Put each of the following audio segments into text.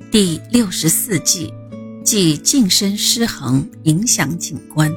第64计，即近身失衡，影响景观。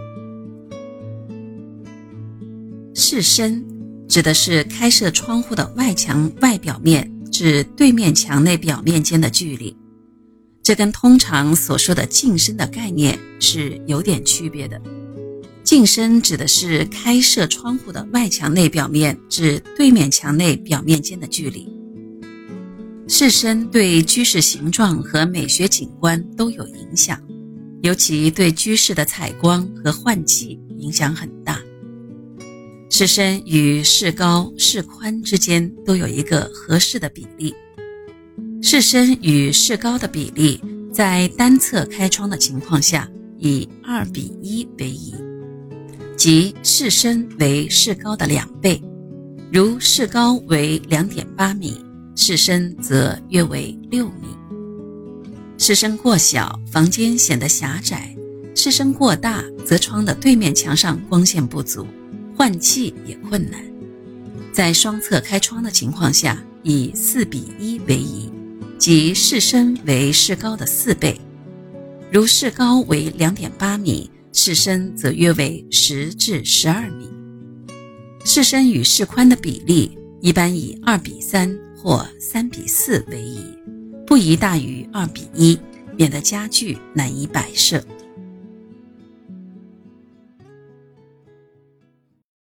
视身指的是开设窗户的外墙外表面至对面墙内表面间的距离，这跟通常所说的近身的概念是有点区别的。近身指的是开设窗户的外墙内表面至对面墙内表面间的距离。视身对居室形状和美学景观都有影响，尤其对居室的采光和换气影响很大。视身与视高、视宽之间都有一个合适的比例。视身与视高的比例在单侧开窗的情况下以2:1为宜，即视身为视高的2倍，如视高为2.8米，视身则约为6米。视身过小，房间显得狭窄；视身过大，则窗的对面墙上光线不足，换气也困难。在双侧开窗的情况下，以4:1为宜，即视身为视高的4倍。如视高为2.8米，视身则约为10至12米。视身与视宽的比例一般以2:3或3:4为宜，不宜大于2:1，免得家具难以摆设。